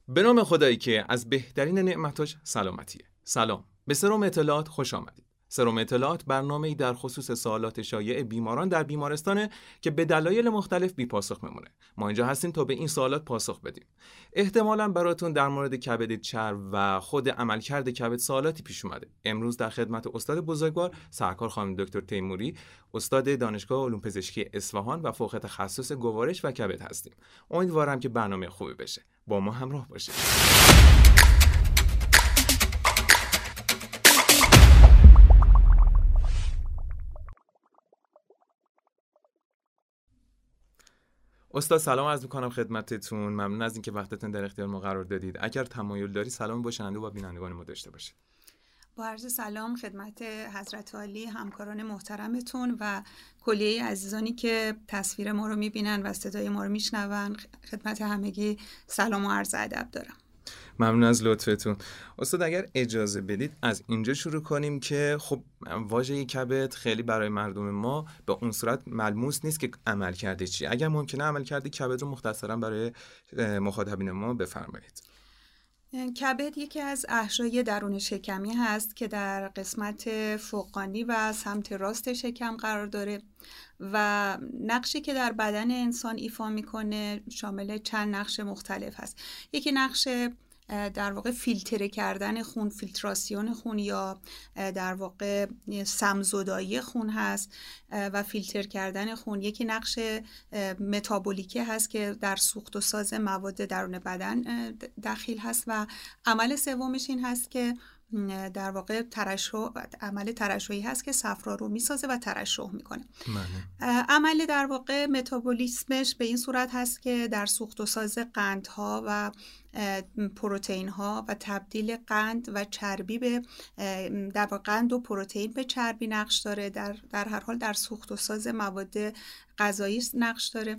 به نام خدایی که از بهترین نعمتاش سلامتیه. سلام، به سرم اطلاعات خوش آمدید. سرم اطلاعات برنامه‌ای در خصوص سوالات شایع بیماران در بیمارستانه که به دلایل مختلف بی پاسخ میمونه. ما اینجا هستیم تا به این سوالات پاسخ بدیم. احتمالاً براتون در مورد کبد چرب و خود عملکرد کبد سوالاتی پیش اومده. امروز در خدمت استاد بزرگوار سرکار خانم دکتر تیموری، استاد دانشگاه علوم پزشکی اصفهان و فوق تخصص گوارش و کبد هستیم. امیدوارم که برنامه خوبی بشه. با ما همراه باشید. استاد سلام عرض می‌کنم خدمتتون. ممنون از اینکه وقتتون در اختیار ما قرار دادید. اگر تمایل داری سلام با شنونده و بینندگان ما داشته باشید. با عرض سلام خدمت حضرت عالی، همکاران محترمتون و کلیه عزیزانی که تصویر ما رو می‌بینن و صدای ما رو میشنون. خدمت همگی سلام و عرض ادب دارم. ممنون از لطفتون. استاد اگر اجازه بدید از اینجا شروع کنیم که خب واژه کبد خیلی برای مردم ما به اون صورت ملموس نیست که عمل کرده چی. اگر ممکنه عمل کرده کبد رو مختصرا برای مخاطبین ما بفرمایید. کبد یکی از احشای درون شکمی هست که در قسمت فوقانی و سمت راست شکم قرار داره و نقشی که در بدن انسان ایفا میکنه شامل چند نقش مختلف هست. یکی نقش در واقع فیلتر کردن خون، فیلتراسیون خون یا در واقع سمزدایی خون هست و فیلتر کردن خون. یکی نقش متابولیکی هست که در سوخت و ساز مواد درون بدن دخیل هست و عمل سومش این هست که در واقع عمل ترشحی هست که صفرا رو میسازه و ترشح میکنه. عمل در واقع متابولیسمش به این صورت هست که در سوخت و ساز قندها و پروتئین ها و تبدیل قند و چربی به در واقع قند و پروتئین به چربی نقش داره. در هر حال در سوخت و ساز مواد غذایی نقش داره.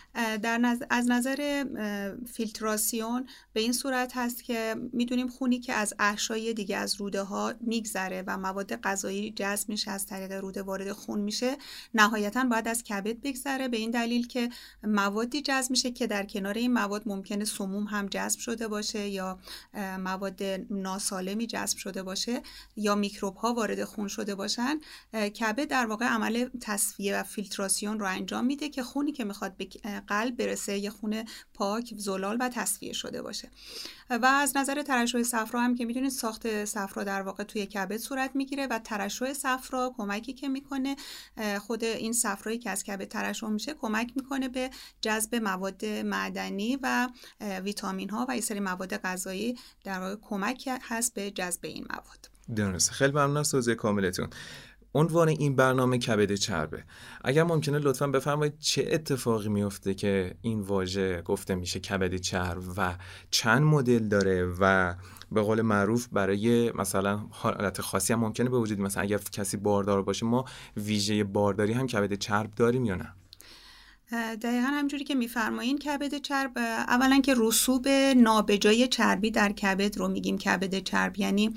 از نظر فیلتراسیون به این صورت هست که میدونیم خونی که از احشای دیگه از روده ها میگذره و مواد غذایی جذب میشه از طریق روده وارد خون میشه، نهایتاً باید از کبد بگذره، به این دلیل که موادی جذب میشه که در کنار این مواد ممکنه سموم هم جذب شده باشه یا مواد ناسالمی جذب شده باشه یا میکروب ها وارد خون شده باشن. کبد در واقع عمل تصفیه و فیلتراسیون رو انجام میده که خونی که میخواد به قلب برسه یه خون پاک، زلال و تصفیه شده باشه. و از نظر ترشح صفرا هم که میدونید ساخت صفرا در واقع توی کبد صورت میگیره و ترشح صفرا کمکی که میکنه، خود این صفرایی که از کبد ترشح میشه کمک میکنه به جذب مواد معدنی و ویتامین ها و یه سری مواد غذایی، در واقع کمک هست به جذب این مواد. درسته. خیلی ممنون از توضیح کاملتون. عنوان این برنامه کبد چربه. اگر ممکنه لطفاً بفرمایید چه اتفاقی میفته که این واژه گفته میشه کبد چرب و چند مدل داره و به قول معروف برای مثلا حالت خاصی هم ممکنه به وجود، مثلا اگر کسی باردار باشه ما ویژه بارداری هم کبد چرب داریم یا نه؟ دقیقاً همجوری که میفرمایین کبد چرب اولا که رسوب نابجای چربی در کبد رو میگیم کبد چرب، یعنی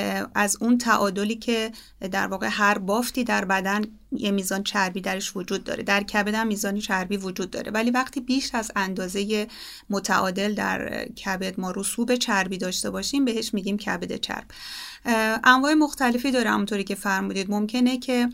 از اون تعادلی که در واقع هر بافتی در بدن یه میزان چربی درش وجود داره، در کبد هم میزانی چربی وجود داره، ولی وقتی بیش از اندازه متعادل در کبد ما رسوب چربی داشته باشیم بهش میگیم کبد چرب. انواع مختلفی داره همونطوری که فرمودید. ممکنه که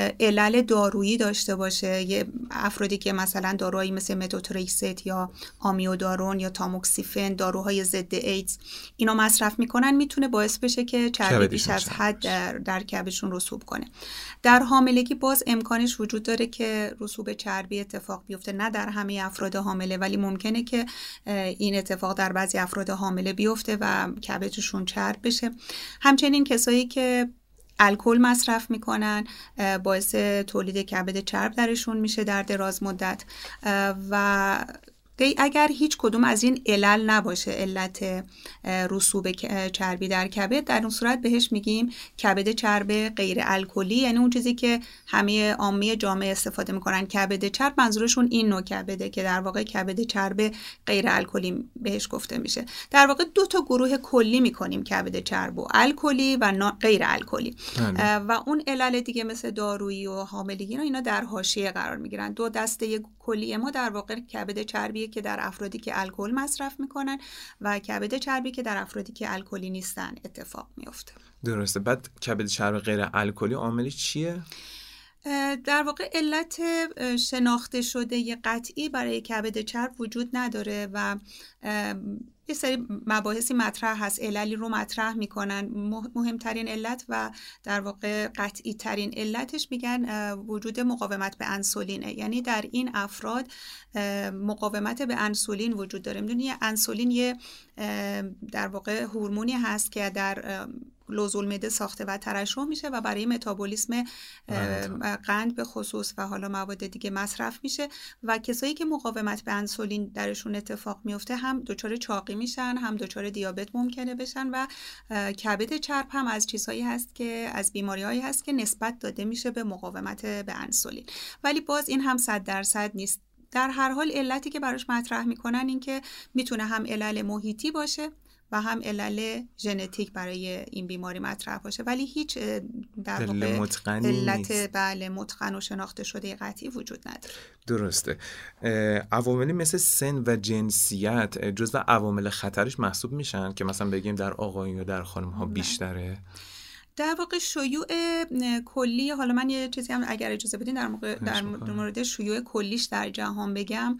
علل دارویی داشته باشه، یه افرادی که مثلا داروهایی مثل متوتریکست یا آمیودارون یا تاموکسیفن، داروهای ضد ایدز اینا مصرف میکنن، میتونه باعث بشه که چربی بیش از حد در کبدشون رسوب کنه. در حاملگی باز امکانش وجود داره که رسوب چربی اتفاق بیفته، نه در همه افراد حامله ولی ممکنه که این اتفاق در بعضی افراد حامله بیفته و کبدشون چرب بشه. همچنین کسایی که الکل مصرف میکنن باعث تولید کبد چرب درشون میشه در دراز مدت و اگر هیچ کدوم از این علل نباشه، علت رسوب چربی در کبد، در اون صورت بهش میگیم کبد چرب غیر الکلی، یعنی اون چیزی که همه عامه جامعه استفاده میکنن کبد چرب، منظورشون این نوع کبده که در واقع کبد چرب غیر الکلی بهش گفته میشه. در واقع دو تا گروه کلی میکنیم کبد چرب و الکلی و غیر الکلی و اون علل دیگه مثل دارویی و حاملگی اینا در حاشیه قرار میگیرن. دو دسته کلی ما در واقع کبد چربیه که در افرادی که الکل مصرف میکنن و کبد چربی که در افرادی که الکلی نیستن اتفاق میفته. درسته. بعد کبد چرب غیر الکلی عاملش چیه؟ در واقع علت شناخته شده قطعی برای کبد چرب وجود نداره و یه سری مباحثی مطرح هست، عللی رو مطرح میکنن. مهمترین علت و در واقع قطعی ترین علتش میگن وجود مقاومت به انسولینه. یعنی در این افراد مقاومت به انسولین وجود داره. میدونی انسولین یه در واقع هورمونی هست که در لوزالمعده ساخته و ترشح میشه و برای متابولیسم قند به خصوص و حالا مواد دیگه مصرف میشه و کسایی که مقاومت به انسولین درشون اتفاق میفته هم دچار چاقی میشن، هم دچار دیابت ممکنه بشن و کبد چرب هم از چیزهایی هست که از بیماری‌هایی هست که نسبت داده میشه به مقاومت به انسولین. ولی باز این هم 100% نیست. در هر حال علتی که براش مطرح میکنن این که میتونه هم علل محیطی باشه و هم علل ژنتیک برای این بیماری مطرح باشه، ولی هیچ در واقع علت متقن و شناخته شده قطعی وجود نداره. درسته. عواملی مثل سن و جنسیت جزو عوامل خطرش محسوب میشن که مثلا بگیم در آقایون یا در خانم ها بیشتره؟ در واقع شیوع کلی، حالا من یه چیزی هم اگر اجازه بدین در مورد شیوع کلیش در جهان بگم،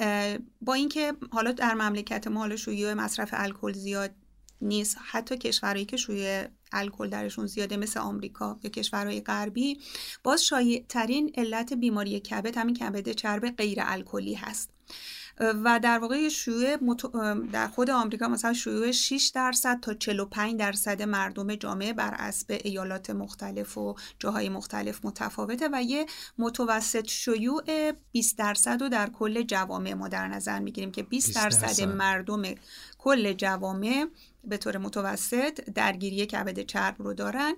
با اینکه حالا در مملکت ما حالا شیوع مصرف الکل زیاد نیست، حتی کشورهایی که شیوع الکل درشون زیاده مثل آمریکا یا کشورهای غربی، باز شایع ترین علت بیماری کبد همین کبد چرب غیر الکلی هست و در واقع شیوع در خود آمریکا مثلا شیوع 6% تا 45% مردم جامعه بر حسب ایالات مختلف و جاهای مختلف متفاوته و یه متوسط شیوع 20% رو در کل جوامع ما در نظر میگیریم که 20% مردم کل جوامع به طور متوسط درگیری کبد چرب رو دارن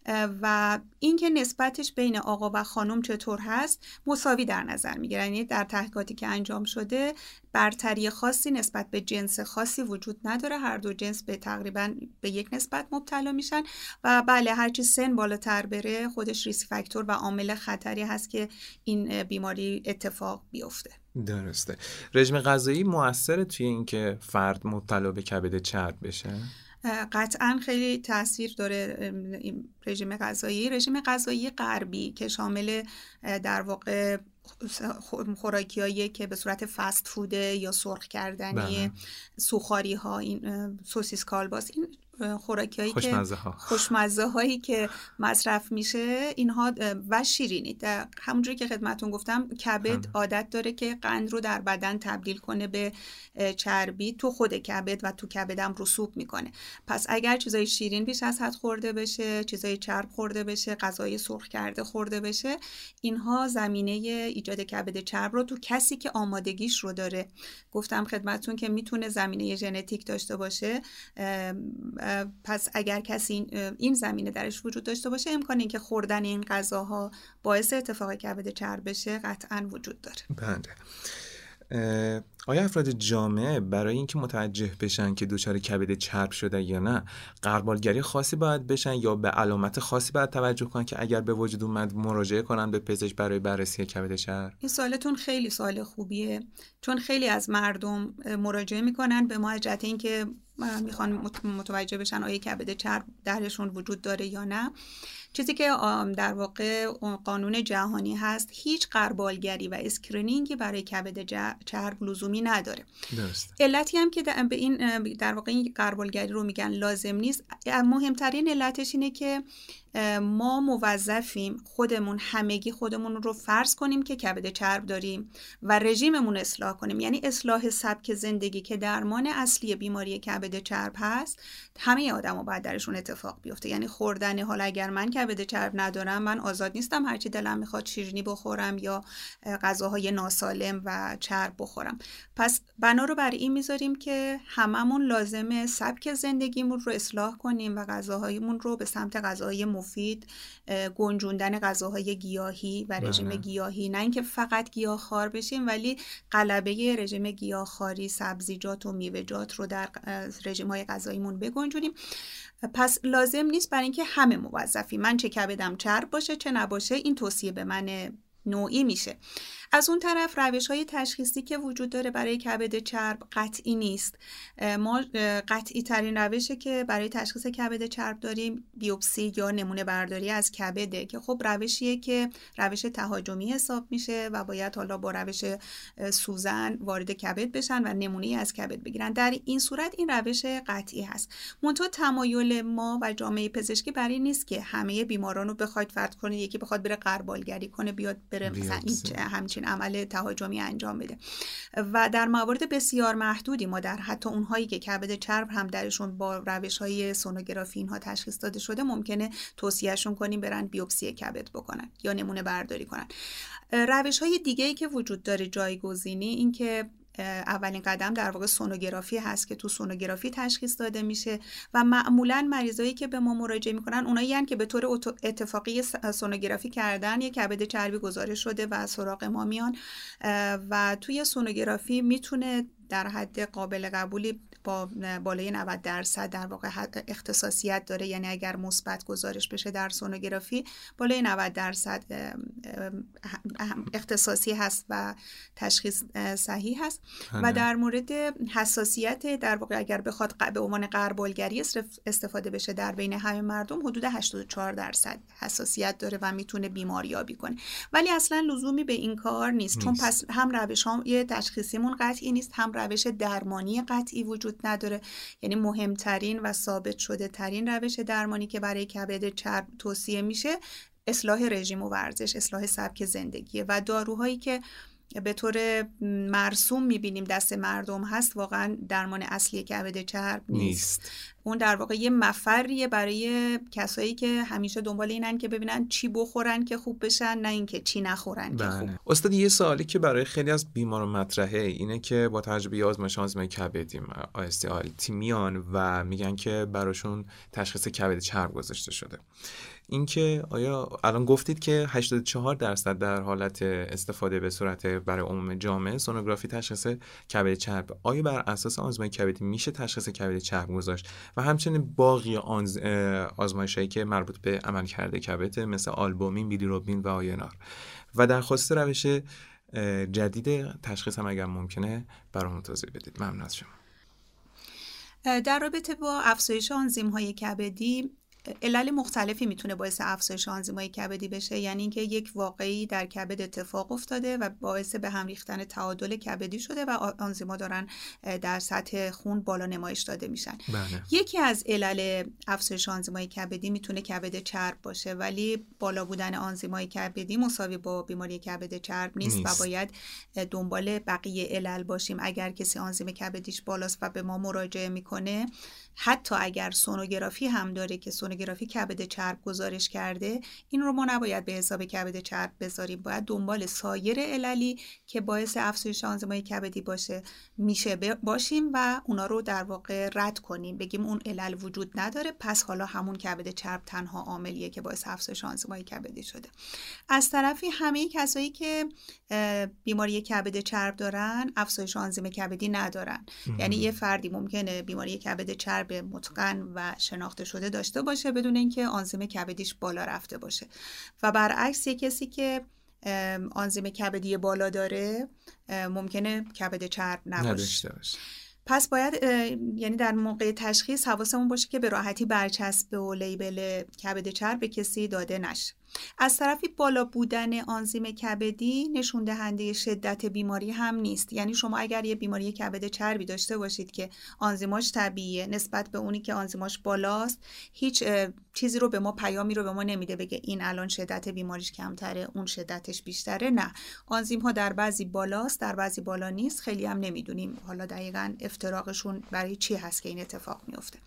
و اینکه نسبتش بین آقا و خانم چطور هست مساوی در نظر میگیرن. یعنی در تحقیقاتی که انجام شده برتری خاصی نسبت به جنس خاصی وجود نداره، هر دو جنس به تقریبا به یک نسبت مبتلا میشن و بله هرچی سن بالاتر بره خودش ریسک فاکتور و عامل خطری هست که این بیماری اتفاق بیفته. درسته. رژیم غذایی مؤثره توی اینکه فرد مبتلا به کبد چرب بشه؟ قطعا خیلی تاثیر داره رژیم غذایی غربی که شامل در واقع خوراکیایی که به صورت فست فوده یا سرخ کردنی، سوخاری ها، این سوسیس کالباس، این خوراکیایی که خوشمزه هایی که مصرف میشه اینها و شیرینی. همونجوری که خدمتون گفتم کبد عادت داره که قند رو در بدن تبدیل کنه به چربی تو خود کبد و تو کبدم رسوب میکنه. پس اگر چیزای شیرین بیش از حد خورده بشه، چیزای چرب خورده بشه، غذای سرخ کرده خورده بشه، اینها زمینه ایجاد کبد چرب رو تو کسی که آمادگیش رو داره. گفتم خدمتون که میتونه زمینه ژنتیک داشته باشه، پس اگر کسی این زمینه درش وجود داشته باشه امکان اینکه خوردن این غذاها باعث اتفاق کبد چرب بشه قطعاً وجود داره. بله. آیا افراد جامعه برای اینکه متوجه بشن که دچار کبد چرب شده یا نه غربالگری خاصی باید بشن یا به علامت خاصی باید توجه کنن که اگر به وجود اومد مراجعه کنن به پزشک برای بررسی کبد چرب؟ این سوالتون خیلی سوال خوبیه، چون خیلی از مردم مراجعه میکنن به ما جهت اینکه میخوان متوجه بشن آیا کبد چرب درشون وجود داره یا نه. چیزی که در واقع قانون جهانی هست هیچ غربالگری و اسکرینینگی برای کبد چرب لزومی نداره. درست. علتی هم که به این در واقع این غربالگری رو میگن لازم نیست، مهمترین علتش اینه که ما موظفیم همگی خودمون رو فرض کنیم که کبد چرب داریم و رژیممون اصلاح کنیم. یعنی اصلاح سبک زندگی که درمان اصلی بیماری کبد چرب هست همه آدما باید درشون اتفاق بیفته. یعنی خوردن، حالا اگر من کبد چرب ندارم من آزاد نیستم هرچی دلم میخواد شیرینی بخورم یا غذاهای ناسالم و چرب بخورم. پس بنا رو بر این میذاریم که هممون لازمه سبک زندگیمون رو اصلاح کنیم و غذاهایمون رو به سمت غذاهای مفید، گنجوندن غذاهای گیاهی و رژیم گیاهی، نه اینکه فقط گیاهخوار بشیم ولی غلبه رژیم گیاهخواری، سبزیجات و میوه‌جات رو در رژیم‌های غذاییمون بگنجونیم. پس لازم نیست برای اینکه همه موظفی من چه کبدم چرب باشه چه نباشه این توصیه به من نوعی میشه. از اون طرف روش‌های تشخیصی که وجود داره برای کبد چرب قطعی نیست. ما قطعی ترین روشی که برای تشخیص کبد چرب داریم بیوپسی یا نمونه برداری از کبده که خب روشیه که روش تهاجمی حساب میشه و باید حالا با روش سوزن وارد کبد بشن و نمونه‌ای از کبد بگیرن. در این صورت این روش قطعی هست. منتها تمایل ما و جامعه پزشکی برای نیست که همه بیماران رو بخواید فرض کنید یکی بخواد بره غربالگری کنه بیاد بره مثلا همچین عمل تهاجمی انجام بده و در موارد بسیار محدودی ما در حتی اونهایی که کبد چرب هم درشون با روش‌های سونوگرافی اینها تشخیص داده شده ممکنه توصیهشون کنیم برن بیوپسی کبد بکنن یا نمونه برداری کنن. روش‌های دیگه‌ای که وجود داره جایگزینی این که اولین قدم در واقع سونوگرافی هست که تو سونوگرافی تشخیص داده میشه و معمولاً مریضایی که به ما مراجعه میکنن اونایی هستن که به طور اتفاقی سونوگرافی کردن یک کبد چربی گزارش شده و سراغ ما میان و توی سونوگرافی میتونه در حد قابل قبولی با بالای 90% در واقع اختصاصیت داره، یعنی اگر مثبت گزارش بشه در سونوگرافی بالای 90% اختصاصی هست و تشخیص صحیح هست. و در مورد حساسیت در واقع اگر بخواد به عنوان غربالگری استفاده بشه در بین همه مردم حدود 84% حساسیت داره و میتونه بیماریابی کنه، ولی اصلا لزومی به این کار نیست. چون پس هم روش‌های تشخیصیمون قطعی نیست، هم روش درمانی قطعی وجود نداره. یعنی مهمترین و ثابت شده ترین روش درمانی که برای کبد چرب توصیه میشه اصلاح رژیم و ورزش، اصلاح سبک زندگیه و داروهایی که به طور مرسوم میبینیم دست مردم هست واقعا درمان اصلی کبد چرب نیست. اون در واقع یه مفریه برای کسایی که همیشه دنبال اینن که ببینن چی بخورن که خوب بشن، نه اینکه چی نخورن که خوب. استاد یه سوالی که برای خیلی از بیماران مطرحه اینه که با تجربه آزمایش کبدی آیستی میان و میگن که براشون تشخیص کبد چرب گذاشته شده. اینکه آیا الان گفتید که 84% در حالت استفاده به صورت برای عموم جامعه سونوگرافی تشخیص کبد چرب، آیا بر اساس آزمایش کبدی میشه تشخیص کبد چرب گذاشت و همچنین باقی آزمایشایی که مربوط به عملکرد کبد مثل آلبومین، بیلیروبین و آینار و در خصوص روش جدید تشخیص هم اگر ممکنه برامون توضیح بدید. ممنون از شما. در رابطه با افزایش آنزیم‌های کبدی علل مختلفی میتونه باعث افزایش آنزیم‌های کبدی بشه، یعنی اینکه یک واقعی در کبد اتفاق افتاده و باعث به هم ریختن تعادل کبدی شده و آنزیم‌ها دارن در سطح خون بالا نمایش داده میشن. بله. یکی از علل افزایش آنزیم‌های کبدی میتونه کبد چرب باشه، ولی بالا بودن آنزیم‌های کبدی مساوی با بیماری کبد چرب نیست و باید دنبال بقیه علل باشیم. اگر کسی آنزیم کبدیش بالاست و به ما مراجعه میکنه، حتی اگر سونوگرافی هم داره که سونوگرافی کبد چرب گزارش کرده، این رو ما نباید به حساب کبد چرب بذاریم. باید دنبال سایر عللی که باعث افزایش آنزیم‌های کبدی میشه باشیم و اونا رو در واقع رد کنیم، بگیم اون علل وجود نداره، پس حالا همون کبد چرب تنها عاملیه که باعث افزایش آنزیم‌های کبدی شده. از طرفی همه کسایی که بیماری کبد چرب دارن افزایش آنزیم کبدی ندارن. یعنی یه فردی ممکنه بیماری کبد چرب متقن و شناخته شده داشته باشه بدون اینکه آنزیم کبدیش بالا رفته باشه و برعکس یه کسی که آنزیم کبدی بالا داره ممکنه کبد چرب نداشته باشه. پس باید یعنی در موقع تشخیص حواسمون باشه که به راحتی برچسب و لیبل کبد چرب به کسی داده نشه. از طرفی بالا بودن آنزیم کبدی نشون دهنده شدت بیماری هم نیست. یعنی شما اگر یه بیماری کبد چربی داشته باشید که آنزیماش طبیعیه نسبت به اونی که آنزیماش بالاست، هیچ چیزی رو به ما، پیامی رو به ما نمیده بگه این الان شدت بیماریش کمتره اون شدتش بیشتره. نه، آنزیم ها در بعضی بالاست در بعضی بالا نیست. خیلی هم نمیدونیم حالا دقیقاً افتراقشون برای چی هست که این اتفاق میفته.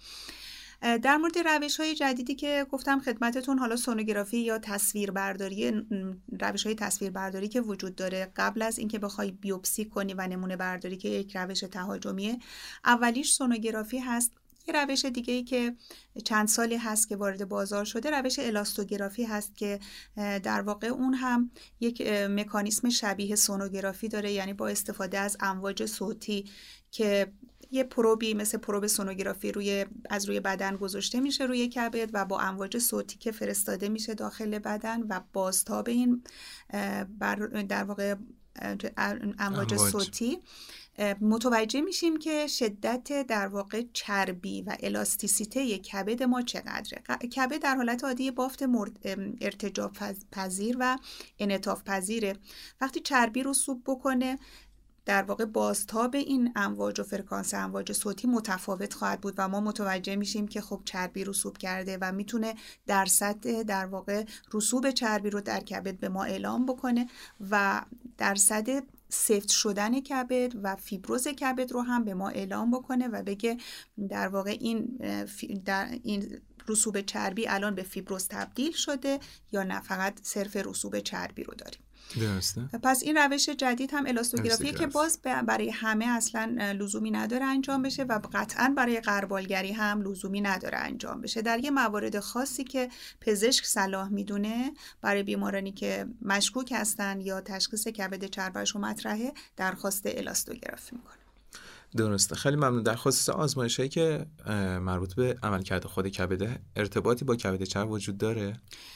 در مورد روش‌های جدیدی که گفتم خدمتتون، حالا سونوگرافی یا تصویربرداری، روش‌های تصویربرداری که وجود داره قبل از اینکه بخوای بیوپسی کنی و نمونه برداری که یک روش تهاجمیه، اولیش سونوگرافی هست. یه روش دیگه‌ای که چند سالی هست که وارد بازار شده روش الاستوگرافی هست که در واقع اون هم یک مکانیسم شبیه سونوگرافی داره، یعنی با استفاده از امواج صوتی که یه پروبی مثل پروب سونوگرافی از روی بدن گذاشته میشه روی کبد و با امواج صوتی که فرستاده میشه داخل بدن و بازتاب این در واقع امواج صوتی متوجه میشیم که شدت در واقع چربی و الاستیسیته کبد ما چقدره. کبد در حالت عادی بافت ارتجاع پذیر و انعطاف پذیره. وقتی چربی رسوب بکنه در واقع بازتاب این امواج و فرکانس امواج صوتی متفاوت خواهد بود و ما متوجه میشیم که خب چربی رسوب کرده و میتونه درصد در واقع رسوب چربی رو در کبد به ما اعلام بکنه و درصد سفت شدن کبد و فیبروز کبد رو هم به ما اعلام بکنه و بگه در واقع این رسوب چربی الان به فیبروز تبدیل شده یا نه فقط صرف رسوب چربی رو داریم. درسته. پس این روش جدید هم الاستوگرافیه که باز برای همه اصلا لزومی نداره انجام بشه و قطعا برای غربالگری هم لزومی نداره انجام بشه. در یه موارد خاصی که پزشک صلاح میدونه برای بیمارانی که مشکوک هستن یا تشخیص کبد چربشون مطرحه درخواست الاستوگرافی میکنه. درسته. خیلی ممنون. در خصوص آزمایشایی که مربوط به عملکرد خود کبد ارتباطی با کبد چرب وجود داره؟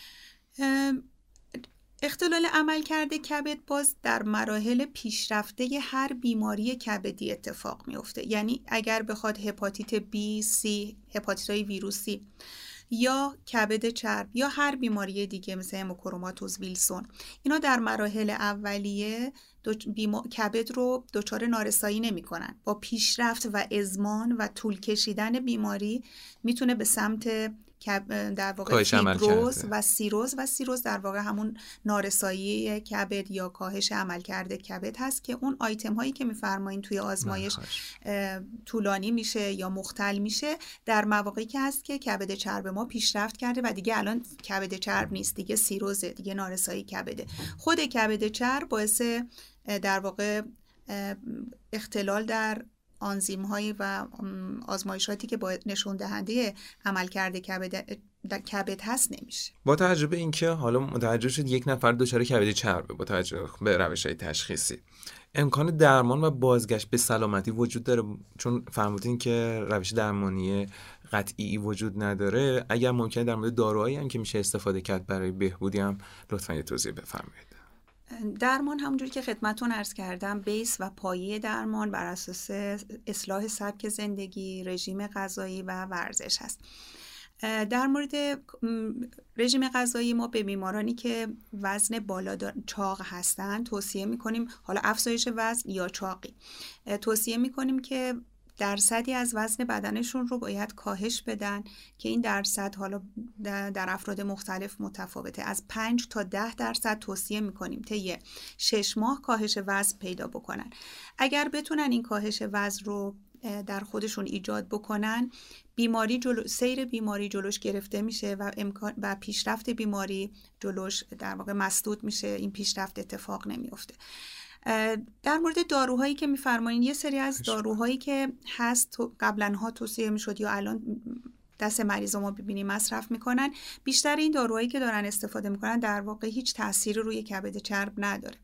اختلال عملکرد کبد باز در مراحل پیشرفته هر بیماری کبدی اتفاق میفته. یعنی اگر بخواد هپاتیت B، C، هپاتیت‌های ویروسی یا کبد چرب یا هر بیماری دیگه مثل هموکروماتوز ویلسون، اینا در مراحل اولیه کبد رو دچار نارسایی نمی کنن. با پیشرفت و ازمان و طول کشیدن بیماری میتونه به سمت در واقع فیبروز و سیروز در واقع همون نارسایی کبد یا کاهش عملکرد کبد هست که اون آیتم هایی که میفرمایین توی آزمایش طولانی میشه یا مختل میشه در مواقعی که هست که کبد چرب ما پیشرفت کرده و دیگه الان کبد چرب نیست، دیگه سیروزه، دیگه نارسایی کبده. خود کبد چرب باعث در واقع اختلال در آنزیم هایی و آزمایشاتی که با نشون دهنده عملکرد کبد هست نمیشه. با توجه به اینکه حالا متوجه شد یک نفر دچار کبد چربه با توجه به روش‌های تشخیصی، امکان درمان و بازگشت به سلامتی وجود داره؟ چون فرمودین که روش درمانی قطعی وجود نداره. اگر ممکنه در مورد داروهایی هم که میشه استفاده کرد برای بهبودی هم لطفاً یه توضیح بفرمایید. درمان همونجوری که خدمتتون عرض کردم بیس و پایه درمان بر اساس اصلاح سبک زندگی، رژیم غذایی و ورزش هست. در مورد رژیم غذایی ما به بیمارانی که وزن بالا چاق هستن توصیه میکنیم، حالا افزایش وزن یا چاقی، توصیه میکنیم که درصدی از وزن بدنشون رو باید کاهش بدن که این درصد حالا در افراد مختلف متفاوته. از 5 تا 10% توصیه میکنیم طی 6 ماه کاهش وزن پیدا بکنن. اگر بتونن این کاهش وزن رو در خودشون ایجاد بکنن، سیر بیماری جلوش گرفته میشه و پیشرفت بیماری جلوش در واقع مسدود میشه، این پیشرفت اتفاق نمیفته. در مورد داروهایی که میفرمایین، یه سری از داروهایی که هست قبلا ها توصیه میشد یا الان دست مریضا ما ببینیم مصرف میکنن، بیشتر این داروهایی که دارن استفاده میکنن در واقع هیچ تأثیری روی کبد چرب نداره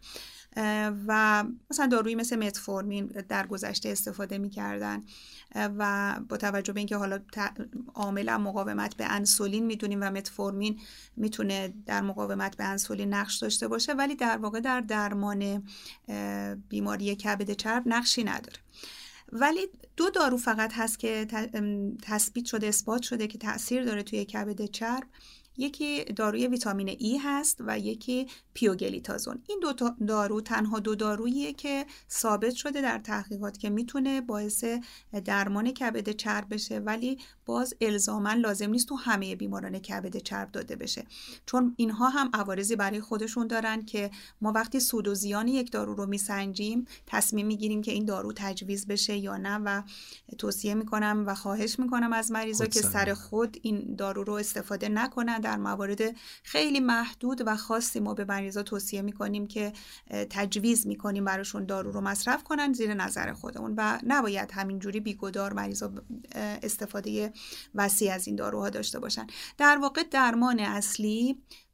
و مثلا دارویی مثل متفورمین در گذشته استفاده میکردن و با توجه به اینکه حالا عامل مقاومت به انسولین میدونیم و متفورمین میتونه در مقاومت به انسولین نقش داشته باشه، ولی در واقع در درمان بیماری کبد چرب نقشی نداره. ولی 2 دارو فقط هست که تثبیت شده، اثبات شده که تأثیر داره توی کبد چرب. یکی داروی ویتامین ای هست و یکی پیوگلیتازون. این 2 دارو تنها 2 داروییه که ثابت شده در تحقیقات که میتونه باعث درمان کبد چرب بشه، ولی باز الزاما لازم نیست تو همه بیماران کبد چرب داده بشه، چون اینها هم عوارضی برای خودشون دارن که ما وقتی سود و زیان یک دارو رو میسنجیم تصمیم میگیریم که این دارو تجویز بشه یا نه و توصیه میکنم و خواهش میکنم از مریضا که سر خود این دارو رو استفاده نکنن. در موارد خیلی محدود و خاصی ما به مریضا توصیه میکنیم که تجویز میکنیم براشون دارو رو مصرف کنن زیر نظر خودمون و نباید همینجوری بیگدار مریضا استفاده وسیع از این داروها داشته باشن. در واقع درمان اصلی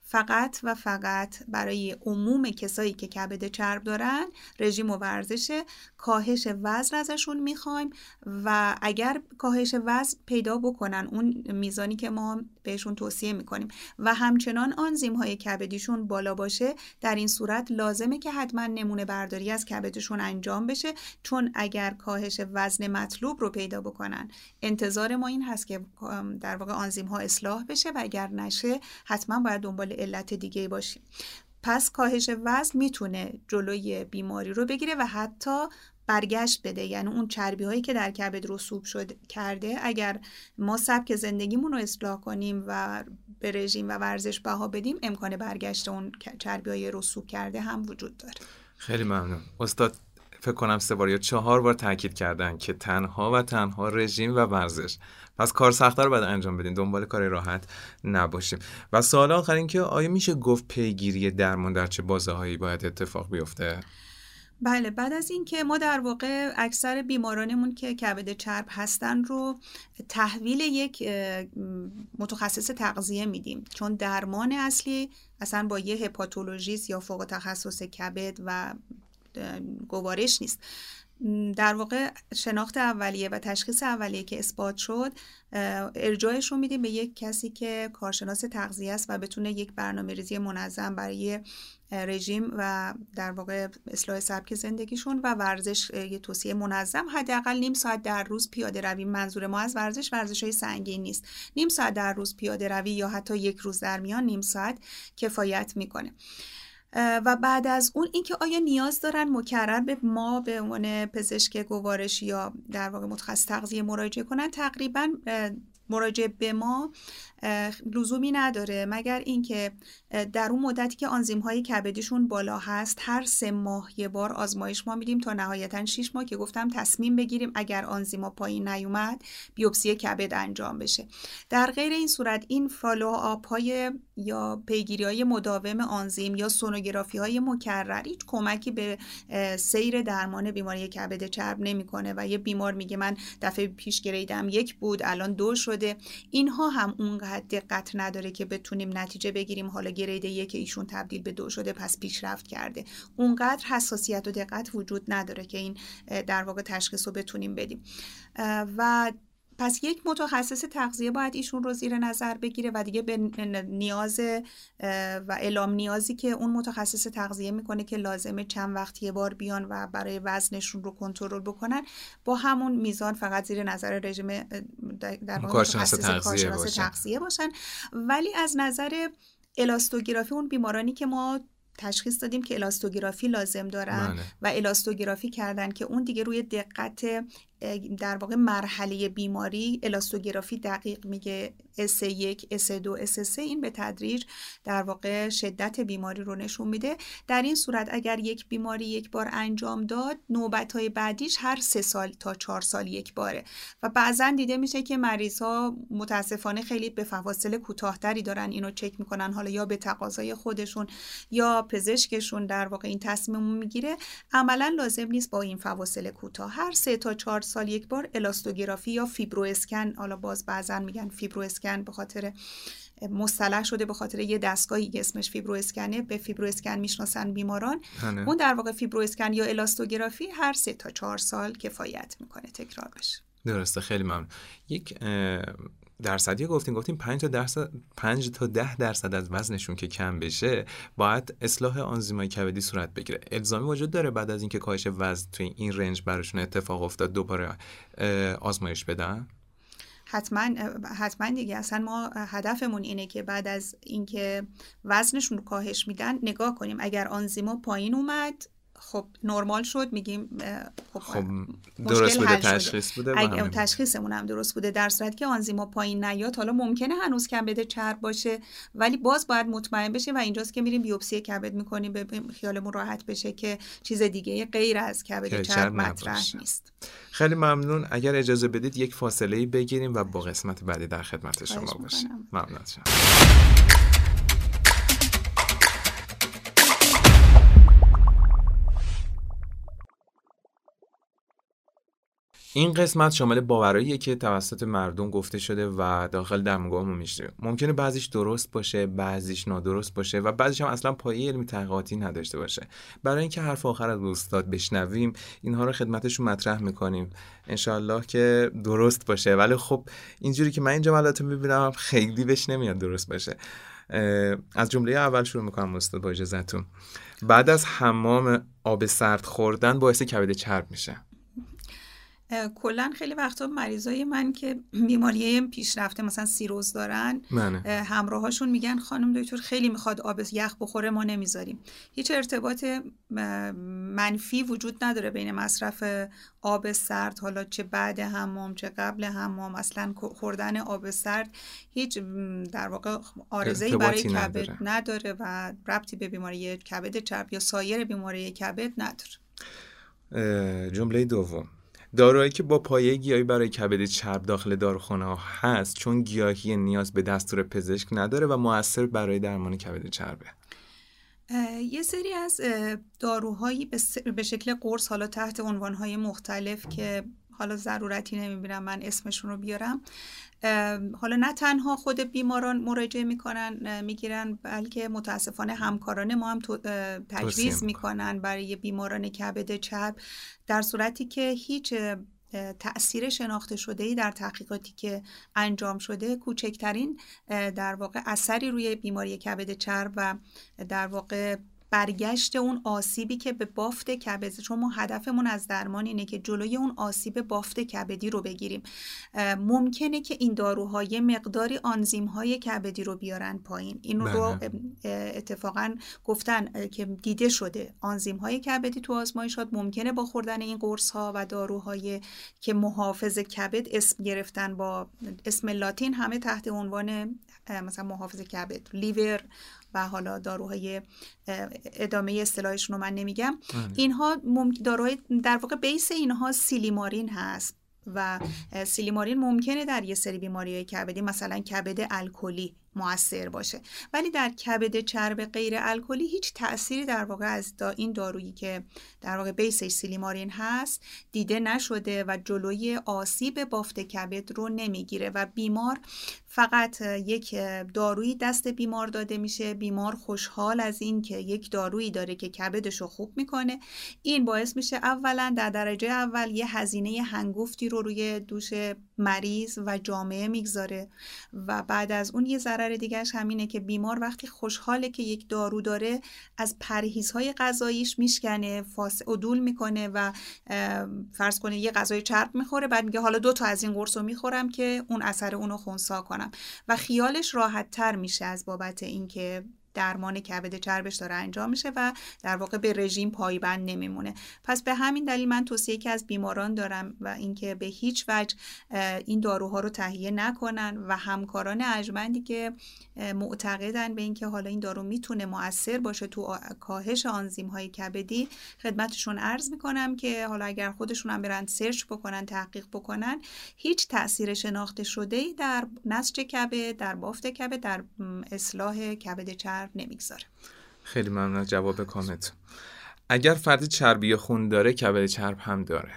فقط و فقط برای عموم کسایی که کبد چرب دارن رژیم و ورزش، کاهش وزن ازشون میخوایم و اگر کاهش وزن پیدا بکنن اون میزانی که ما بهشون توصیه میکنیم و همچنان آنزیم های کبدیشون بالا باشه، در این صورت لازمه که حتما نمونه برداری از کبدشون انجام بشه، چون اگر کاهش وزن مطلوب رو پیدا بکنن انتظار ما این هست که در واقع آنزیم ها اصلاح بشه و اگر نشه حتما باید دنبال علت دیگه باشیم. پس کاهش وزن میتونه جلوی بیماری رو بگیره و حتی برگشت بده، یعنی اون چربی هایی که در کبد رسوب کرده اگر ما سبک زندگیمون رو اصلاح کنیم و به رژیم و ورزش بها بدیم، امکان برگشت اون چربی های رسوب کرده هم وجود داره. خیلی ممنون استاد. فکر کنم 3 بار یا 4 بار تاکید کردن که تنها و تنها رژیم و ورزش، پس کار سخت‌تر رو باید انجام بدیم، دنبال کار راحت نباشیم. و سوال آخر این که آیا میشه گفت پیگیری درمان در چه بازه‌هایی باید اتفاق بیفته؟ بله، بعد از این که ما در واقع اکثر بیمارانمون که کبد چرب هستن رو تحویل یک متخصص تغذیه میدیم، چون درمان اصلی اصلا با یه هپاتولوژیست یا فوق تخصص کبد و گوارش نیست. در واقع شناخت اولیه و تشخیص اولیه که اثبات شد ارجاعش رو میدیم به یک کسی که کارشناس تغذیه است و بتونه یک برنامه‌ریزی منظم برای رژیم و در واقع اصلاح سبک زندگیشون و ورزش، یه توصیه منظم، حداقل نیم ساعت در روز پیاده روی. منظور ما از ورزش‌های سنگین نیست، نیم ساعت در روز پیاده روی یا حتی یک روز در میان نیم ساعت کفایت میکنه. و بعد از اون اینکه آیا نیاز دارن مکرر به ما به عنوان پزشک گوارش یا در واقع متخصص تغذیه مراجعه کنن، تقریبا مراجعه به ما لزومی نداره، مگر اینکه در اون مدتی که آنزیم های کبدیشون بالا هست هر 3 ماه یه بار آزمایش ما میدیم تا نهایتا 6 ماه که گفتم تصمیم بگیریم اگر آنزیما پایین نیومد بیوپسی کبد انجام بشه. در غیر این صورت این فالوآپ های یا پیگیری های مداوم آنزیم یا سونوگرافی های مکرر هیچ کمکی به سیر درمان بیماری کبد چرب نمیکنه و یه بیمار میگه من دفعه پیش گریدم 1 بود الان 2 شده، اینها هم اونقدر دقت نداره که بتونیم نتیجه بگیریم حالا گرید 1 ایشون تبدیل به 2 شده پس پیشرفت کرده. اونقدر حساسیت و دقت وجود نداره که این در واقع تشخیص رو بتونیم بدیم و پس یک متخصص تغذیه باید ایشون رو زیر نظر بگیره و دیگه به نیاز و اعلام نیازی که اون متخصص تغذیه میکنه که لازمه چند وقت یه بار بیان و برای وزنشون رو کنترل بکنن، با همون میزان فقط زیر نظر رژیم در کارشناس تغذیه باشن. ولی از نظر الاستوگرافی اون بیمارانی که ما تشخیص دادیم که الاستوگرافی لازم دارن و الاستوگرافی کردن که اون دیگه روی دقت در واقع مرحله بیماری الاستوگرافی دقیق میگه S1 S2 S3 این به تدریج در واقع شدت بیماری رو نشون میده. در این صورت اگر یک بیماری 1 بار انجام داد نوبت‌های بعدیش هر 3 سال تا 4 سال 1 باره و بعضا دیده میشه که مریض‌ها متاسفانه خیلی به فواصل کوتاه‌تری دارن اینو چک میکنن، حالا یا به تقاضای خودشون یا پزشکشون در واقع این تصمیم میگیره. عملا لازم نیست با این فواصل کوتاه هر 3 تا 4 سال 1 بار الاستوگرافی یا فیبرو اسکن، حالا باز بعضن میگن فیبرو اسکن به خاطر مصطلح شده، به خاطر یه دستگاهی که اسمش فیبرو اسکنه، به فیبرو اسکن میشناسن بیماران. اون در واقع فیبرو اسکن یا الاستوگرافی هر 3 تا 4 سال کفایت میکنه تکرار بشه. درسته، خیلی ممنون. یک درصدی گفتیم 5 تا 10% از وزنشون که کم بشه باید اصلاح آنزیمای کبدی صورت بگیره. الزامی وجود داره بعد از اینکه کاهش وزن توی این رنج براشون اتفاق افتاد دوباره آزمایش بدن؟ حتما دیگه. اصلا ما هدفمون اینه که بعد از اینکه وزنشون رو کاهش میدن نگاه کنیم اگر آنزیما پایین اومد خب نرمال شد، میگیم خب درست بوده، تشخیص بوده، اگه تشخیصمون هم درست بوده. در صورتی که آنزیما پایین نیاد حالا ممکنه هنوز کبد چرب باشه ولی باز باید مطمئن بشیم و اینجاست که میریم بیوپسی کبد میکنیم خیالمون راحت بشه که چیز دیگه غیر از کبد چرب مطرح نیست. خیلی ممنون. اگر اجازه بدید یک فاصله بگیریم و با قسمت بعدی در خدمت شما باشیم. ممنون. این قسمت شامل باوراییه که توسط مردم گفته شده و داخل دماغمون میشه. ممکنه بعضیش درست باشه، بعضیش نادرست باشه و بعضیش هم اصلا پایه علمی تحقیقاتی نداشته باشه. برای اینکه حرف آخر از استاد بشنویم، اینها رو خدمتشون مطرح میکنیم. انشالله که درست باشه، ولی خب اینجوری که من این جملات میبینم خیلی بهش نمیاد درست باشه. از جمله اول شروع میکنم استاد با اجازهتون. بعد از حمام آب سرد خوردن باعث کبد چرب میشه. کلا خیلی وقتا مریضای من که بیماری پیشرفته مثلا سیروز دارن همراهاشون میگن خانم دکتر خیلی میخواد آب یخ بخوره، ما نمیذاریم. هیچ ارتباط منفی وجود نداره بین مصرف آب سرد، حالا چه بعد حمام چه قبل حمام. اصلا خوردن آب سرد هیچ در واقع عارضه‌ای برای کبد نداره و ربطی به بیماری کبد چرب یا سایر بیماری کبد نداره. جمله دوم، داروهایی که با پایه گیاهی برای کبد چرب داخل داروخانه ها هست چون گیاهی نیاز به دستور پزشک نداره و مؤثر برای درمان کبد چربه. یه سری از داروهایی به شکل قرص، حالا تحت عنوانهای مختلف که حالا ضرورتی نمیبینم من اسمشون رو بیارم، حالا نه تنها خود بیماران مراجعه میگیرن بلکه متاسفانه همکاران ما هم تجویز میکنن برای بیماران کبد چرب، در صورتی که هیچ تأثیر شناخته شده‌ای در تحقیقاتی که انجام شده، کوچکترین در واقع اثری روی بیماری کبد چرب و در واقع برگشت اون آسیبی که به بافت کبدی، چون ما هدفمون از درمان اینه که جلوی اون آسیب بافت کبدی رو بگیریم. ممکنه که این داروها یه مقداری آنزیم‌های کبدی رو بیارن پایین. این رو اتفاقا گفتن که دیده شده آنزیم‌های کبدی تو آزمایشات ممکنه با خوردن این قرص‌ها و داروهای که محافظ کبد اسم گرفتن با اسم لاتین، همه تحت عنوان مثلا محافظ کبد، لیور و حالا داروهای ادامه اصطلاحشون رو من نمیگم. اینها داروهای در واقع بیس اینها سیلیمارین هست و سیلیمارین ممکنه در یه سری بیماری‌های کبدی مثلا کبد الکلی مؤثر باشه، ولی در کبد چرب غیر الکلی هیچ تأثیری در واقع از این دارویی که در واقع بیسش سیلیمارین هست دیده نشده و جلوی آسیب بافت کبد رو نمیگیره و بیمار فقط یک دارویی دست بیمار داده میشه. بیمار خوشحال از این که یک دارویی داره که کبدشو خوب میکنه. این باعث میشه اولا در درجه اول یه هزینه هنگفتی رو روی دوش مریض و جامعه میگذاره و بعد از اون یه ضرر دیگهش همینه که بیمار وقتی خوشحاله که یک دارو داره از پرهیزهای غذاییش میشکنه، عدول میکنه و فرض کنه یه غذای چرب میخوره، بعد میگه حالا 2 تا از این قرصو میخورم که اون اثر اونو خنثی کنم و خیالش راحت تر میشه از بابت اینکه درمان کبد چربش داره انجام میشه و در واقع به رژیم پایبند نمیمونه. پس به همین دلیل من توصیه که از بیماران دارم و اینکه به هیچ وجه این داروها رو تهیه نکنن و همکاران ارجمندی که معتقدن به اینکه حالا این دارو میتونه مؤثر باشه تو کاهش آنزیم‌های کبدی، خدمتشون عرض میکنم که حالا اگر خودشون هم برن سرچ بکنن، تحقیق بکنن، هیچ تأثیر شناخته شده‌ای در نسج کبد، در بافت کبد، در اصلاح کبد چرب نمیگذاره. خیلی ممنون از جواب کاملت. اگر فردی چربی خون داره کبد چرب هم داره؟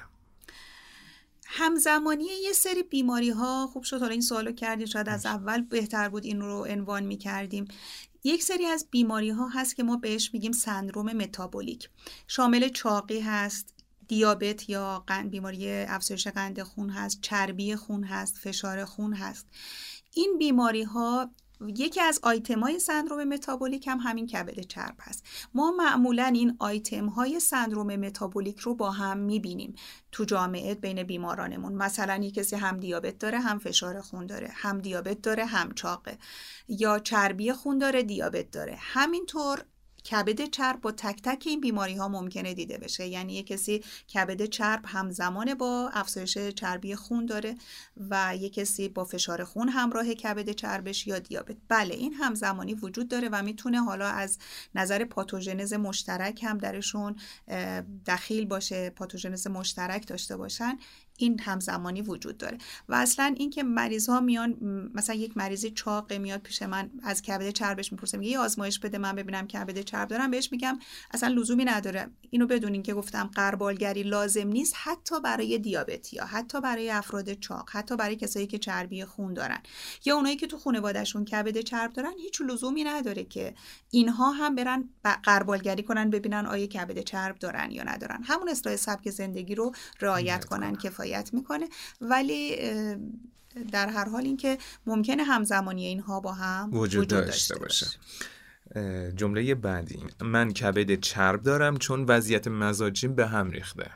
همزمانی یه سری بیماری ها، خوب شد حالا این سوالو کردیم، شاید از اول بهتر بود این رو عنوان می‌کردیم. یک سری از بیماری ها هست که ما بهش میگیم سندروم متابولیک، شامل چاقی هست، دیابت یا بیماری افزایش قند خون هست، چربی خون هست، فشار خون هست. این بیماری ها یکی از آیتم‌های سندروم متابولیک هم همین کبد چرب هست. ما معمولاً این آیتم‌های سندروم متابولیک رو با هم می‌بینیم تو جامعه بین بیمارانمون. مثلا یک کسی هم دیابت داره، هم فشار خون داره، هم دیابت داره، هم چاقه، یا چربی خون داره، دیابت داره. همینطور کبد چرب با تک تک این بیماری ها ممکنه دیده بشه. یعنی یک کسی کبد چرب همزمان با افزایش چربی خون داره و یک کسی با فشار خون همراه کبد چربش یا دیابت. بله، این همزمانی وجود داره و میتونه حالا از نظر پاتوژنز مشترک هم درشون دخیل باشه، پاتوژنز مشترک داشته باشن. این همزمانی وجود داره. و اصلا این که مریض ها میان، مثلا یک مریضی چاق میاد پیش من از کبد چربش میپرسه، میگه یه آزمایش بده من ببینم کبد چرب دارم، بهش میگم اصلا لزومی نداره. اینو بدونین که گفتم غربالگری لازم نیست، حتی برای دیابتی‌ها، حتی برای افراد چاق، حتی برای کسایی که چربی خون دارن یا اونایی که تو خانواده‌شون کبد چرب دارن، هیچ لزومی نداره که اینها هم برن غربالگری کنن ببینن آیا کبد چرب دارن یا ندارن. همون اصلاح سبک زندگی رو رعایت کنن کفایت میکنه. ولی در هر حال این که ممکنه همزمانی اینها با هم وجود داشته باشه. جمله بعدی، من کبد چرب دارم چون وضعیت مزاجیم به هم ریخته.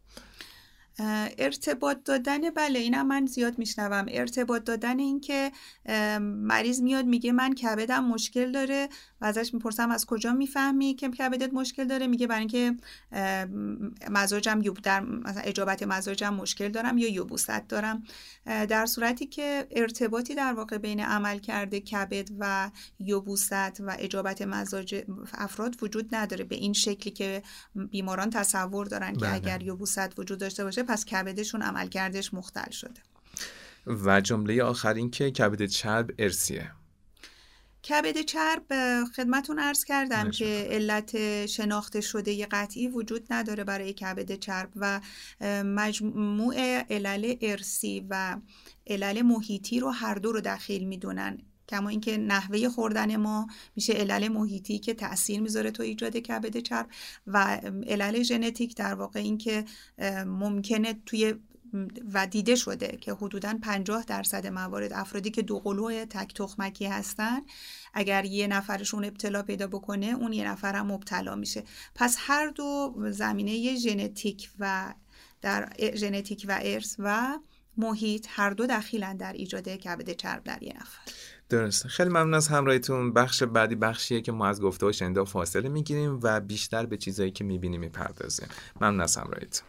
ارتباط دادن، بله اینم من زیاد میشنوم، ارتباط دادن این که مریض میاد میگه من کبدم مشکل داره و ازش میپرسم از کجا میفهمی که کبدت مشکل داره؟ میگه برای اینکه مزاجم در مثلا اجابت مزاجم مشکل دارم یا یبوست دارم، در صورتی که ارتباطی در واقع بین عملکرد کبد و یبوست و اجابت مزاج افراد وجود نداره به این شکلی که بیماران تصور دارن که اگر یبوست وجود داشته باشه پس کبدشون عملکردش مختل شده. و جمله آخر این که کبد چرب ارثیه. کبد چرب خدمتون عرض کردم که علت شناخته شده قطعی وجود نداره برای کبد چرب و مجموع علل ارثی و علل محیطی رو هر دو رو دخیل میدونن. کما اینکه نحوه خوردن ما میشه علل محیطی که تأثیر میذاره تو ایجاد کبد چرب و علل ژنتیک در واقع این که ممکنه توی و دیده شده که حدوداً 50% موارد افرادی که دوقلو تک تخمکی هستن اگر یه نفرشون ابتلا پیدا بکنه اون یه نفر هم مبتلا میشه. پس هر دو زمینه ژنتیک و در ژنتیک و ارث و محیط هر دو دخیلن در ایجاد کبد چرب در یه نفر. درسته. خیلی ممنون از همراهیتون. بخش بعدی بخشیه که ما از گفته و شنیده فاصله میگیریم و بیشتر به چیزایی که میبینیم میپردازیم. ممنون از همراهیتون.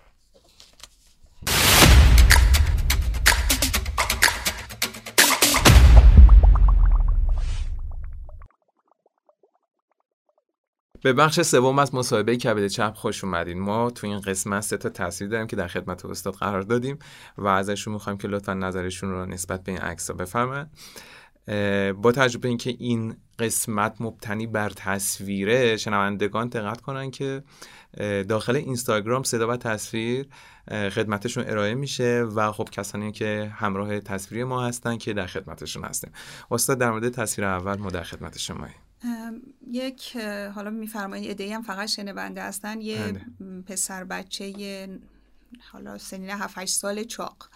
به بخش سوم از مصاحبه کبد چرب خوش اومدین. ما تو این قسمت 3 تا تصویر داریم که در خدمت استاد قرار دادیم و ازشون میخوایم که لطفا نظرشون رو نسبت به این عکس‌ها بفرمایید. با تجربه اینکه این قسمت مبتنی بر تصویره، شنوندگان دقت کنن که داخل اینستاگرام صدا و تصویر خدمتشون ارائه میشه و خب کسانی که همراه تصویری ما هستن که در خدمتشون هستیم. استاد در مورد تصویر اول ما در خدمت شماییم. یک حالا میفرمایید ایده‌ای هم فقط شنونده هستن، یه پسر بچه حالا سنین 7-8 سال چاق.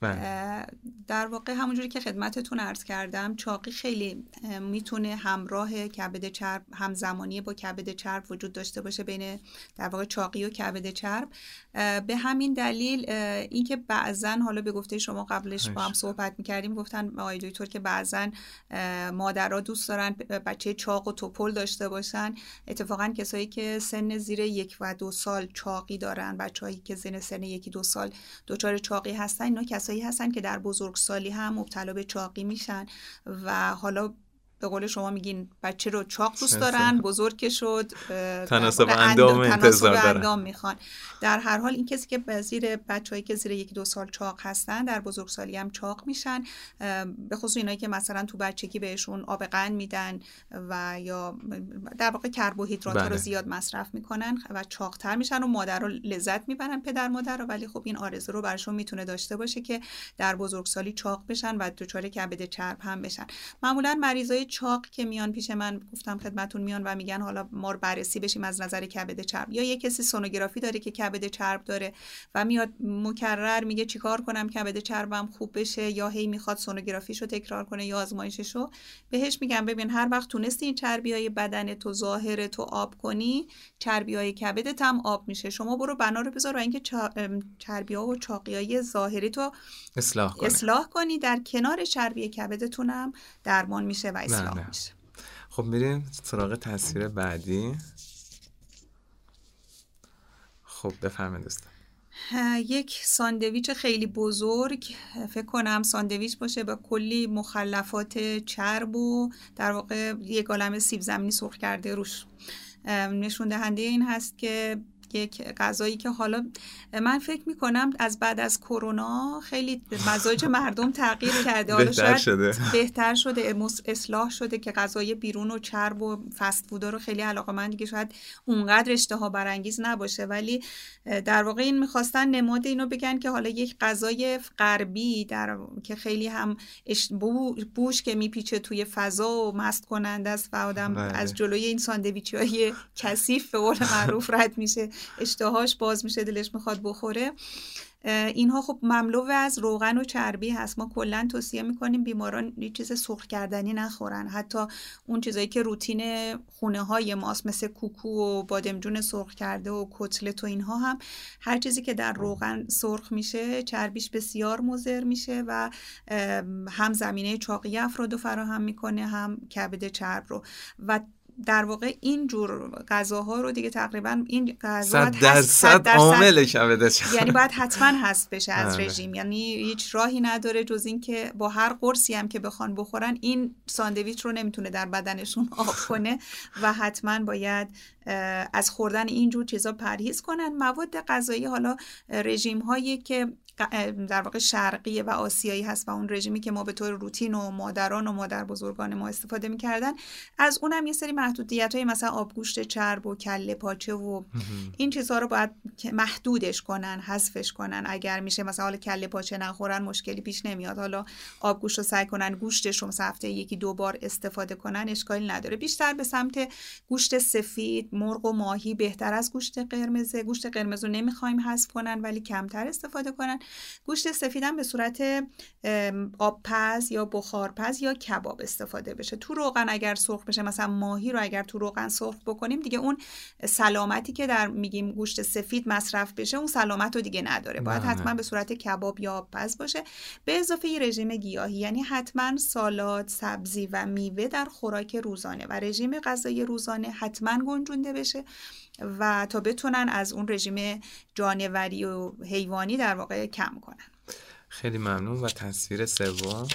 در واقع همونجوری که خدمتتون عرض کردم چاقی خیلی میتونه همراه کبد چرب، همزمانی با کبد چرب وجود داشته باشه بین در واقع چاقی و کبد چرب. به همین دلیل اینکه بعضن حالا به گفته شما قبلش با هم صحبت میکردیم گفتن آقای دکتر که بعضن مادرها دوست دارن بچه چاق و توپل داشته باشن. اتفاقا کسایی که سن زیر 1 و 2 سال چاقی دارن، بچه‌هایی که سن 1-2 سال دچار چاقی هستن، اینا کسایی هستن که در بزرگسالی هم مبتلا به چاقی میشن و حالا به قول شما میگین بچه رو چاق دوست دارن، بزرگ که شد تناسب اندام میخوان. در هر حال این کسی که زیر بچه‌ای که زیر 1-2 سال چاق هستن در بزرگسالی هم چاق میشن، به خصوص اینایی که مثلا تو بچگی بهشون آب قند میدن و یا در واقع کربوهیدرات رو زیاد مصرف میکنن و چاق‌تر میشن و مادرها لذت میبرن، پدر مادر رو، ولی خب این آرزو رو براشون میتونه داشته باشه که در بزرگسالی چاق بشن و دچار کبد چرب هم بشن. معمولا مریضای چاق که میان پیش من، گفتم خدمتون، میان و میگن حالا ما رو بررسی بشیم از نظر کبد چرب، یا یه کسی سونوگرافی داره که کبد چرب داره و میاد مکرر میگه چیکار کنم کبد چربم خوب بشه، یا هی میخواد سونوگرافیشو تکرار کنه یا آزمایششو. بهش میگم ببین هر وقت تونستی این چربیای بدن تو ظاهر تو آب کنی، چربیای کبدت هم آب میشه. شما برو بنا رو بذار و اینکه چربی‌ها و چاقیای ظاهری تو اصلاح کنی، در کنار چربی کبدتون هم درمان میشه و اصلاح میشه. خب میریم سراغ تصویر بعدی. خب بفرمایید استاد. یک ساندویچ خیلی بزرگ، فکر کنم ساندویچ باشه با کلی مخلفات چرب و در واقع یک عالمه سیب زمینی سرخ کرده روش. نشون دهنده این هست که یک غذایی که حالا من فکر میکنم از بعد از کرونا خیلی مزاج مردم تغییر کرده، حالا شاید بهتر شده، اصلاح شده که غذای بیرون و چرب و فست فودا رو خیلی علاقه‌مند دیگه شاید اونقدر اشتها برانگیز نباشه، ولی در واقع این میخواستن نماد اینو بگن که حالا یک غذای غربی که خیلی هم بوش که میپیچه توی فضا و مست کننده است و آدم از جلوی این ساندویچ‌های کثیف به قول معروف رد میشه، اشتهاش باز میشه، دلش میخواد بخوره. اینها خب مملو از روغن و چربی هست. ما کلا توصیه میکنیم بیماران یه چیز سرخ کردنی نخورن، حتی اون چیزایی که روتین خونه های ماست مثل کوکو و بادمجون سرخ کرده و کتلت و اینها هم هر چیزی که در روغن سرخ میشه چربیش بسیار مضر میشه و هم زمینه چاقی افراد رو فراهم میکنه هم کبد چرب رو. و در واقع این جور غذاها رو دیگه تقریبا این غذا 100% عامل کبد چرب، یعنی باید حتما حذف بشه از رژیم، یعنی هیچ راهی نداره جز این که با هر قرصی هم که بخوان بخورن این ساندویچ رو نمیتونه در بدنشون آب کنه و حتما باید از خوردن این جور چیزا پرهیز کنن. مواد غذایی حالا رژیم هایی که در واقع شرقی و آسیایی هست و اون رژیمی که ما به طور روتین و مادران و مادر بزرگان ما استفاده می‌کردن، از اونم یه سری محدودیت‌های مثلا آبگوشت چرب و کله پاچه و این چیزها رو باید محدودش کنن، حذفش کنن. اگر میشه مثلا حالا کله پاچه نخورن مشکلی پیش نمیاد، حالا آبگوشت رو سعی کنن گوشتش رو مثلا هفته یکی دو بار استفاده کنن، اشکالی نداره. بیشتر به سمت گوشت سفید، مرغ و ماهی بهتر از گوشت قرمز. گوشت قرمز رو نمی‌خوایم حذف کنن ولی کمتر استفاده کنن. گوشت سفیدم به صورت آبپز یا بخارپز یا کباب استفاده بشه. تو روغن اگر سرخ بشه، مثلا ماهی رو اگر تو روغن سرخ بکنیم دیگه اون سلامتی که در میگیم گوشت سفید مصرف بشه اون سلامت رو دیگه نداره، باید حتما به صورت کباب یا آبپز باشه. به اضافه یه رژیم گیاهی، یعنی حتما سالاد، سبزی و میوه در خوراک روزانه و رژیم غذایی روزانه حتما گنجونده بشه و تا بتونن از اون رژیم جانوری و حیوانی در واقع کم کنن. خیلی ممنون. و تصویر سوم،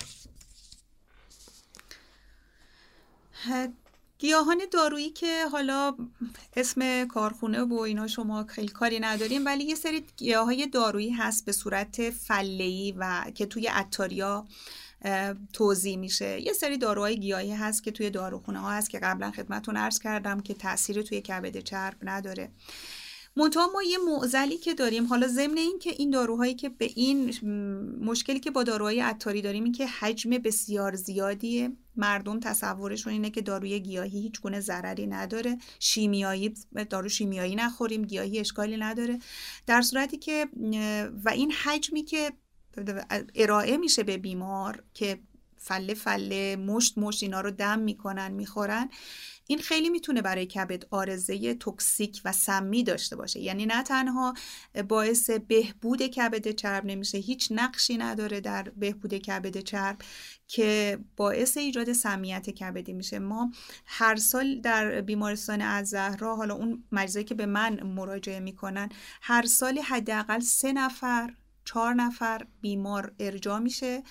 گیاهان دارویی که حالا اسم کارخونه و اینا شما خیلی کاری نداریم، ولی یه سری گیاهای دارویی هست به صورت فله‌ای و که توی عطاریا توزیع میشه. یه سری داروهای گیاهی هست که توی داروخونه ها هست که قبلا خدمتتون عرض کردم که تأثیری توی کبد چرب نداره. منتها ما یه معضلی که داریم، حالا ضمن این که این داروهایی که به این مشکلی که با داروهای عطاری داریم این که حجم بسیار زیادیه، مردم تصورشون اینه که داروی گیاهی هیچ گونه ضرری نداره، شیمیایی دارو شیمیایی نخوریم، گیاهی اشکالی نداره، در صورتی که و این حجمی که ارائه میشه به بیمار که فله فله مشت اینا رو دم میکنن میخورن، این خیلی میتونه برای کبد عارضه توکسیک و سمی داشته باشه. یعنی نه تنها باعث بهبود کبد چرب نمیشه، هیچ نقشی نداره در بهبود کبد چرب که باعث ایجاد سمیت کبدی میشه. ما هر سال در بیمارستان الزهرا، حالا اون مریضایی که به من مراجعه میکنن، هر سال حداقل 3 نفر 4 نفر بیمار ارجاع میشه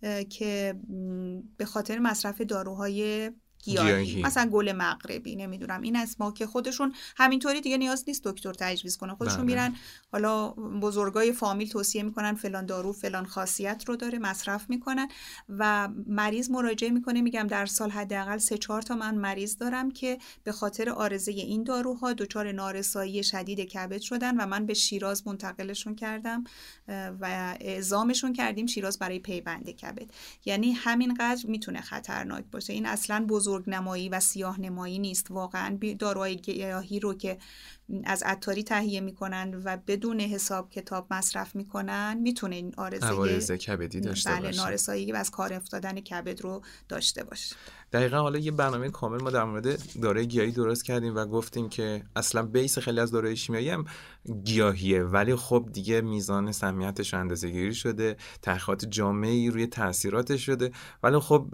که به خاطر مصرف داروهای گیاهی، مثلا گل مغربی، نمیدونم این اسما که خودشون همینطوری دیگه نیاز نیست دکتر تجویز کنه، خودشون میرن حالا بزرگای فامیل توصیه میکنن فلان دارو فلان خاصیت رو داره، مصرف میکنن و مریض مراجعه میکنه. میگم در سال حداقل 3-4 تا من مریض دارم که به خاطر عارضه این داروها دچار نارسایی شدید کبد شدن و من به شیراز منتقلشون کردم و اعزامشون کردیم شیراز برای پیوند کبد. یعنی همینقدر میتونه خطرناک باشه. این اصلا بزرگنمایی و سیاه نمایی نیست. واقعا داروهای گیاهی رو که از عطاری تهیه میکنن و بدون حساب کتاب مصرف میکنن میتونه این عوارض کبدی داشته باشه. نارسایی و از کار افتادن کبد رو داشته باشه. دقیقاً. حالا یه برنامه کامل ما در مورد داروی گیاهی درست کردیم و گفتیم که اصلا بیس خیلی از داروهای شیمیایی هم گیاهیه، ولی خب دیگه میزان سمیتش اندازه‌گیری شده، تحقیقات جامعی روی تاثیراتش شده، ولی خب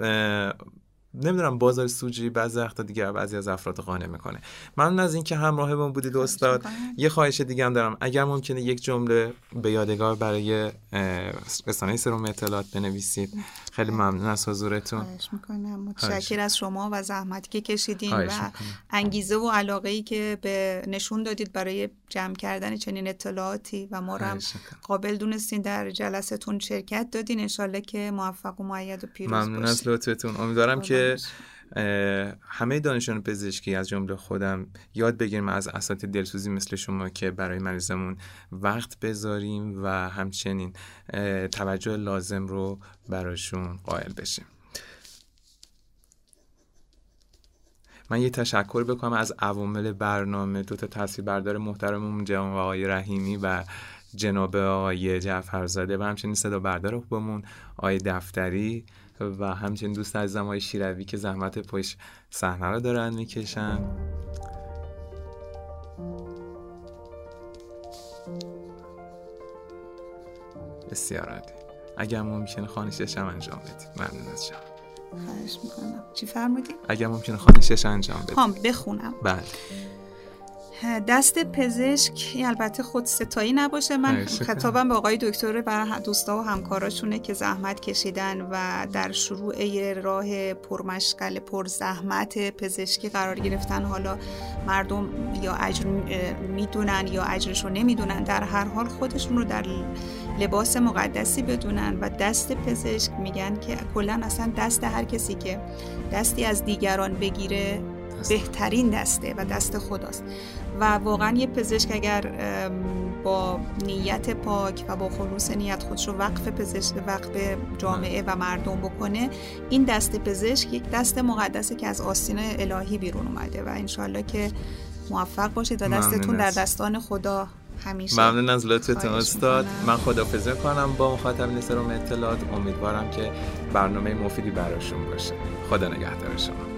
نمیدونم بازار سوجی بعضی وقتا دیگه بعضی از افراد قانع میکنه. ممنون از اینکه همراهمون بودید استاد. یه خواهش دیگه هم دارم، اگر ممکنه یک جمله به یادگار برای رسانه سروم اطلاعات بنویسید خیلی ممنون از حضورتون. خواهش میکنم. متشکر از شما و زحمتی که کشیدین و انگیزه و علاقه‌ای که به نشون دادید برای جمع کردن چنین اطلاعاتی و ما هم قابل دونستین در جلسه‌تون شرکت دادین. انشالله که موفق و مؤید و پیروز باشید. ممنون از لطفتون. امیدوارم که همه دانشجویان پزشکی از جمله خودم یاد بگیریم از اساتید دلسوزی مثل شما که برای مریضمون وقت بذاریم و همچنین توجه لازم رو براشون قائل بشیم. من یه تشکر بکنم از عوامل برنامه، 2 تاثیربردار محترممون جناب آقای رحیمی و جناب آقای جعفرزاده و همچنین صدا بردار خوبمون آقای دفتری و همچنین دوست عزیزم آقای شیروی که زحمت پشت صحنه رو دارن میکشن. بسیار عالی. اگر ممکنه خوانشش هم انجام بدید. ممنون از شما. خواهش میکنم. چی فرمودید؟ اگر ممکنه خوانشش انجام بدید. بخونم. بله. دست پزشک البته خود ستایی نباشه، من خطابم به آقای دکتر و دوستا و همکاراشونه که زحمت کشیدن و در شروع راه پرمشغله پرزحمت پزشکی قرار گرفتن. حالا مردم یا اجر میدونن یا اجرشو نمیدونن، در هر حال خودشون رو در لباس مقدسی بدونن و دست پزشک میگن که کلا اصلا دست هر کسی که دستی از دیگران بگیره بهترین دسته و دست خداست. و واقعا یه پزشک اگر با نیت پاک و با خلوص نیت خودش رو وقف جامعه و مردم بکنه، این دست پزشک یک دست مقدسه که از آستین الهی بیرون اومده و انشالله که موفق باشید و دستتون در دستان خدا همیشه. ممنون از لطفتون استاد. من خداحافظی کنم با مخاطبین سروم اطلاعات. امیدوارم که برنامه مفیدی براشون باشه. خدا نگهدار شما.